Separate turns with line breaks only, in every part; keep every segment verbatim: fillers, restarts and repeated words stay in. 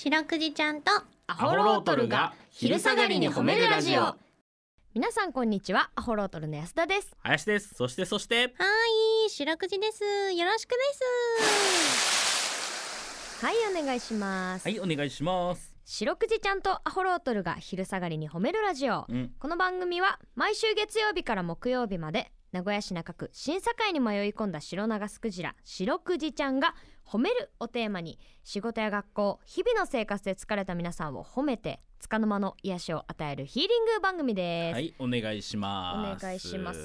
白くじちゃんと
アホロートルが昼下がりに褒めるラジオ。
皆さんこんにちは、アホロートルの安田です。
林です。そしてそして
はい白くじです。よろしくです。
はい、お願いします。
はい、お願いします。
白くじちゃんとアホロートルが昼下がりに褒めるラジオ、うん、この番組は毎週月曜日から木曜日まで名古屋市中区審査会に迷い込んだ白長スクジラ白くじちゃんが褒めるをテーマに仕事や学校日々の生活で疲れた皆さんを褒めて束の間の癒しを与えるヒーリング番組です。
はい、お願いします。
お願いします。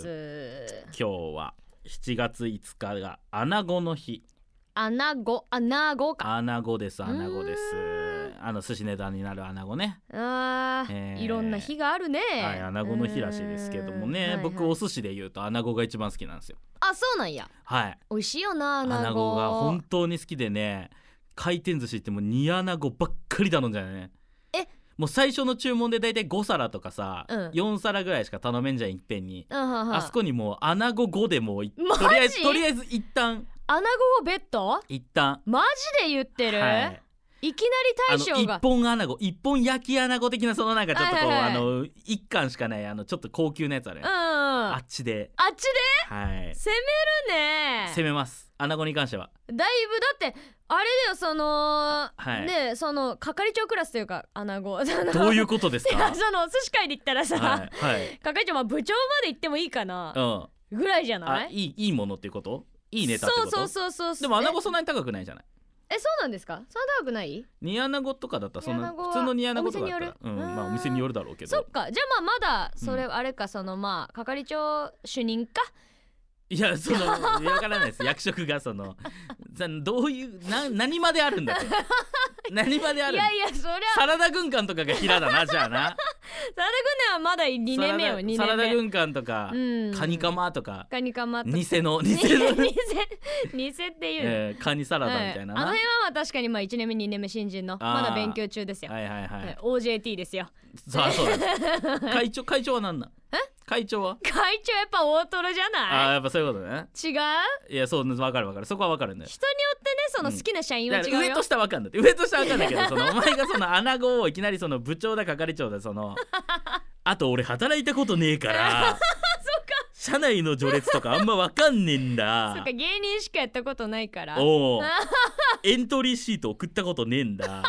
今日はしちがついつかがアナゴの日。
アナゴ、アナゴか。
アナゴです、アナゴです。あの寿司ネタになるアナゴね。
あー、えー、いろんな日があるね。
はい、アナゴの日らしいですけどもね、はいはい、僕お寿司で言うとアナゴが一番好きなんですよ。
あ、そうなんや。
はい、
美味しいよな、アナゴ。
アナゴが本当に好きでね、回転寿司行っても煮アナゴばっかり頼んじゃうね。
え、
もう最初の注文でだいたいごさらとかさ、
うん、
よんさらぐらいしか頼めんじゃんいっぺんに、
うん、はは
あそこにもうアナゴごでもうと
り
あえずとりあえず一旦
アナゴをベッド
一旦
マジで言ってる、はい、いきなり大将が
あの一本アナゴ一本焼きアナゴ的なそのなんかちょっとこう、はいはいはい、あの一貫しかないあのちょっと高級なやつある、ね、
うん、
あっちで
あっちで、
はい、
攻めるね。
攻めますアナゴに関しては。
だいぶだってあれだよ、その、
はい、
ね、その係長クラスというかアナゴ
どういうことですか。
その寿司界で言ったらさ、
はいはい、
係長、まあ部長まで行ってもいいかな、うん、ぐらいじゃない。
あ、いい、いいものっていうこと、いいネタってこと。
そうそうそうそう。
でもアナゴそんなに高くないじゃない。
え、そうなんですか。そんな高くない。
煮アナゴとかだったらそんな普通の煮アナゴとかだったら、うん、まあお店によるだろうけど。
そっか、じゃあまあまだそれ、うん、あれか、そのまあ係長主任か。
いや、そのわからないです役職がそのどういうな何まであるんだと何まである。い
やいや、そりゃ
サラダ軍艦とかが平だなじゃあな。
サラダ軍艦はまだにねんめよ。にねんめ
サラダ軍艦とか、うん、カニカマとか
カニカマとか
偽の偽の
偽偽っていう、
えー、カニサラダみたいな、はい、
あの辺はまあ確かにまあいちねんめにねんめ新人のまだ勉強中ですよ。
はいはいはい、はい、
オージェーティー ですよ。
そう、そうです会長会長は何なん。え会長は
会長やっぱ大トロじゃない。
ああ、やっぱそういうことね。
違う。
いや、そう、分かる分かる、そこは分かるんだよ。
人によってね、その好きな社員は違うよ、うん、
上と下分かんだって、上と下分かんないけどそのお前がそのアナゴをいきなりその部長だ係長だそのあと俺働いたことねえからそうか、社内の序列とかあんま分かんねえんだ。
そうか、芸人しかやったことないから。
おエントリーシート送ったことねえんだ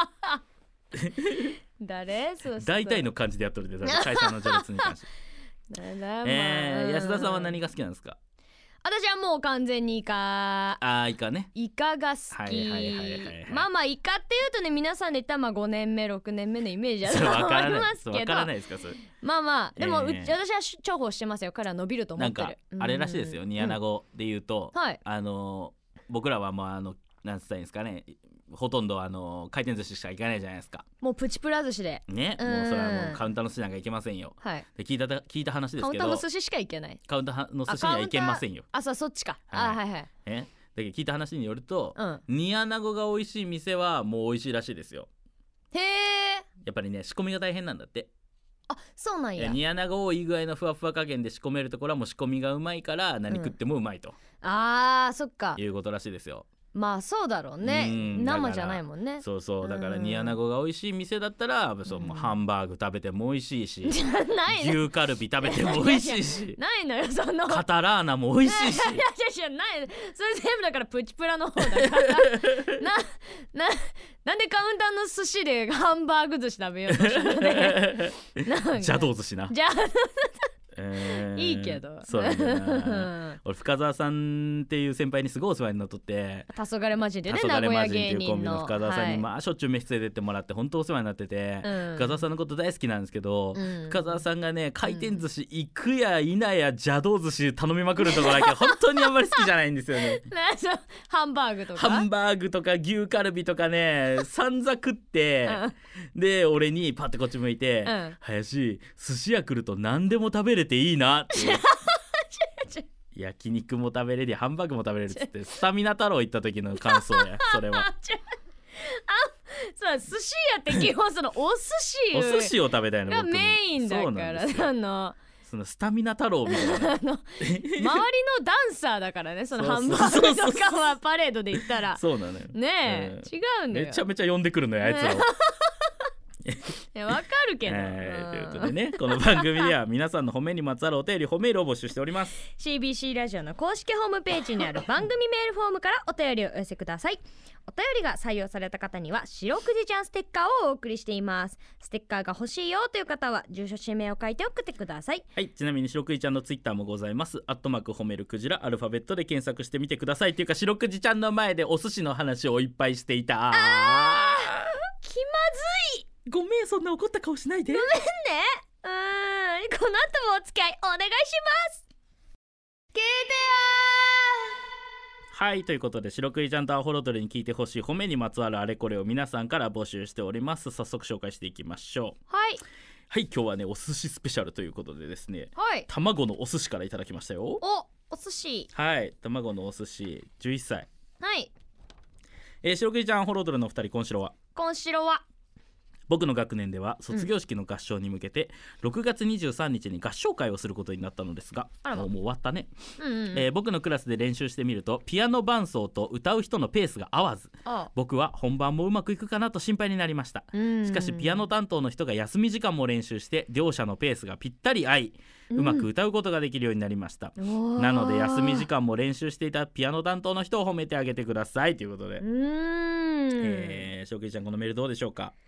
誰。そうそう、
大体の感じでやっとるで会社の序列に関してえー、安田さんは何が好きなんですか。
私はもう完全にイカ。
あー、イカね。
イカが好き。まあまあイカっていうとね、皆さんで言ったらまあごねんめろくねんめのイメージはありますけど、
分からないですかそれ。まあ
まあでも、えー、私は重宝してますよ。彼は伸びると思ってる。
なんかあれらしいですよ、煮アナゴで言うと、
うん、はい、
あの僕らはもうあのなんつったらいいんですかね、ほとんどあの回転寿司しか行かないじゃないですか。
もうプチプラ寿司で
ね、もうそれはもうカウンターの寿司なんか行けませんよ、はい、で聞いた聞いた話ですけど、
カウンターの寿司しか行けない。
カウンターの寿司には行けませんよ。
あ、そう、そっちか、はい、あ、はいはい。
えだけど聞いた話によると、
うん、
煮アナゴが美味しい店はもう美味しいらしいですよ。
へえ。
やっぱりね、仕込みが大変なんだって。
あ、そうなんや。
煮アナゴをいい具合のふわふわ加減で仕込めるところはもう仕込みがうまいから何食ってもうまいと、
うん、あー、そっか、
いうことらしいですよ。
まあそうだろうね、うん、生じゃないもんね。
そうそう、だから煮アナゴが美味しい店だったら、そう、もうハンバーグ食べても美味しいし、牛カルビ食べても美味しいし
ないのよその
カタラーナも美味しいし、いやい
やいや、ない、それ全部だからプチプラの方だからなななんでカウンターの寿司でハンバーグ寿司食べようとしたのね
邪道寿司な。
じゃ
えー、
いいけど、
そうなんだな俺深澤さんっていう先輩にすごいお世話になっとって、
黄昏マジでね、
名古
屋
芸人 の, コンビの深澤さんに、
はい、
まあしょっちゅう飯連れてってもらって本当お世話になってて、うん、深澤さんのこと大好きなんですけど、うん、深澤さんがね回転寿司行くやいなや邪道寿司頼みまくるところだけ本当にあんまり好きじゃないんですよね
ハンバーグとか
ハンバーグとか牛カルビとかね散々食って、うん、で俺にパッてこっち向いて、うん、林寿司屋来ると何でも食べれていいなって焼肉も食べれる、ハンバーグも食べれるっつってスタミナ太郎行った時の感想やそれはあ、
そう、寿司屋って基本そのお寿司
お寿司を食べたいの
がメインだから、あの
そのスタミナ太郎みたいな
あの周りのダンサーだからね、そのハンバーグとかはパレードで言ったら
そうなのよ
ねえ、うん、違うんだよ。
めちゃめちゃ呼んでくるのよあいつらを、ね
いやわかるけど、
えー、ということでね、この番組では皆さんの褒めにまつわるお便り褒めールを募集しております。
シービーシー ラジオの公式ホームページにある番組メールフォームからお便りをお寄せください。お便りが採用された方には白くじちゃんステッカーをお送りしています。ステッカーが欲しいよという方は住所氏名を書いて送ってください。
はい、ちなみに白くじちゃんのツイッターもございます。アットマーク褒めるクジラ、アルファベットで検索してみてください。というか白くじちゃんの前でお寿司の話をいっぱいしていた。あ
ー気まずい。
ごめん、そんな怒った顔しないで。
ごめんね。うーん、この後もお付き合いお願いします。聞いてよ
ー。はい、ということで白くじちゃんとアホロトルに聞いてほしい褒めにまつわるあれこれを皆さんから募集しております。早速紹介していきましょう。
はい
はい、今日はねお寿司スペシャルということでですね、
はい、
卵のお寿司からいただきましたよ。
お、お寿司。
はい、卵のお寿司じゅういっさい。
はい、
えー、白くじちゃんアホロトルのふたり、今週は
今週は
僕の学年では卒業式の合唱に向けてろくがつにじゅうさんにちに合唱会をすることになったのですが、もうもう終わったね、うんうんうん、えー、僕のクラスで練習してみるとピアノ伴奏と歌う人のペースが合わず、ああ僕は本番もうまくいくかなと心配になりました。しかしピアノ担当の人が休み時間も練習して両者のペースがぴったり合い、うまく歌うことができるようになりました、うん、なので休み時間も練習していたピアノ担当の人を褒めてあげてくださいということで、うーん、えー、しょうけいちゃんこのメールどうでしょうか。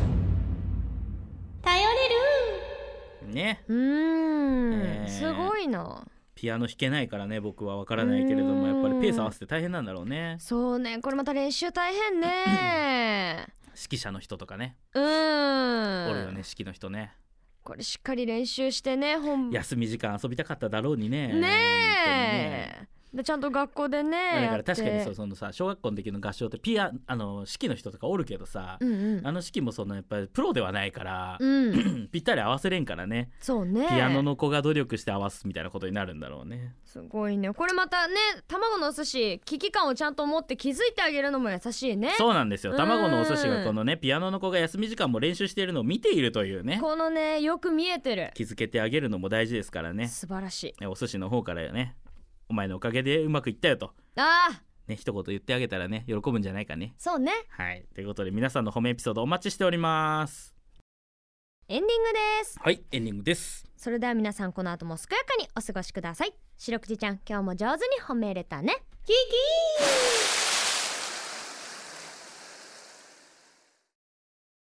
頼れる
ね、
うーん、えー、すごいな。
ピアノ弾けないからね僕は分からないけれども、やっぱりペース合わせて大変なんだろうね。
そうね、これまた練習大変ね
指揮者の人とかね、
うーん、
おるよね指揮の人ね。
これしっかり練習してね、本
休み時間遊びたかっただろうにね。
ねえ、でちゃんと学校でね、
だから確かにそう、そのさ小学校の時の合唱ってピアあの指揮の人とかおるけどさ、うんうん、あの指揮もそのやっぱりプロではないから、うん、ぴったり合わせれんからね。
そうね、
ピアノの子が努力して合わすみたいなことになるんだろうね。
すごいね。これまたね、卵のお寿司危機感をちゃんと持って気づいてあげるのも優しいね。
そうなんですよ。卵のお寿司がこのねピアノの子が休み時間も練習しているのを見ているというね、
このねよく見えてる、
気づけてあげるのも大事ですからね。
素晴らしい。
お寿司の方からね、お前のおかげでうまくいったよと、
ああ
ね一言言ってあげたらね喜ぶんじゃないかね。
そうね。
はい、ということで皆さんの褒めエピソードお待ちしております。
エンディングです。
はい、エンディングです。
それでは皆さんこの後も健やかにお過ごしください。白くじちゃん今日も上手に褒めれたね。キキー。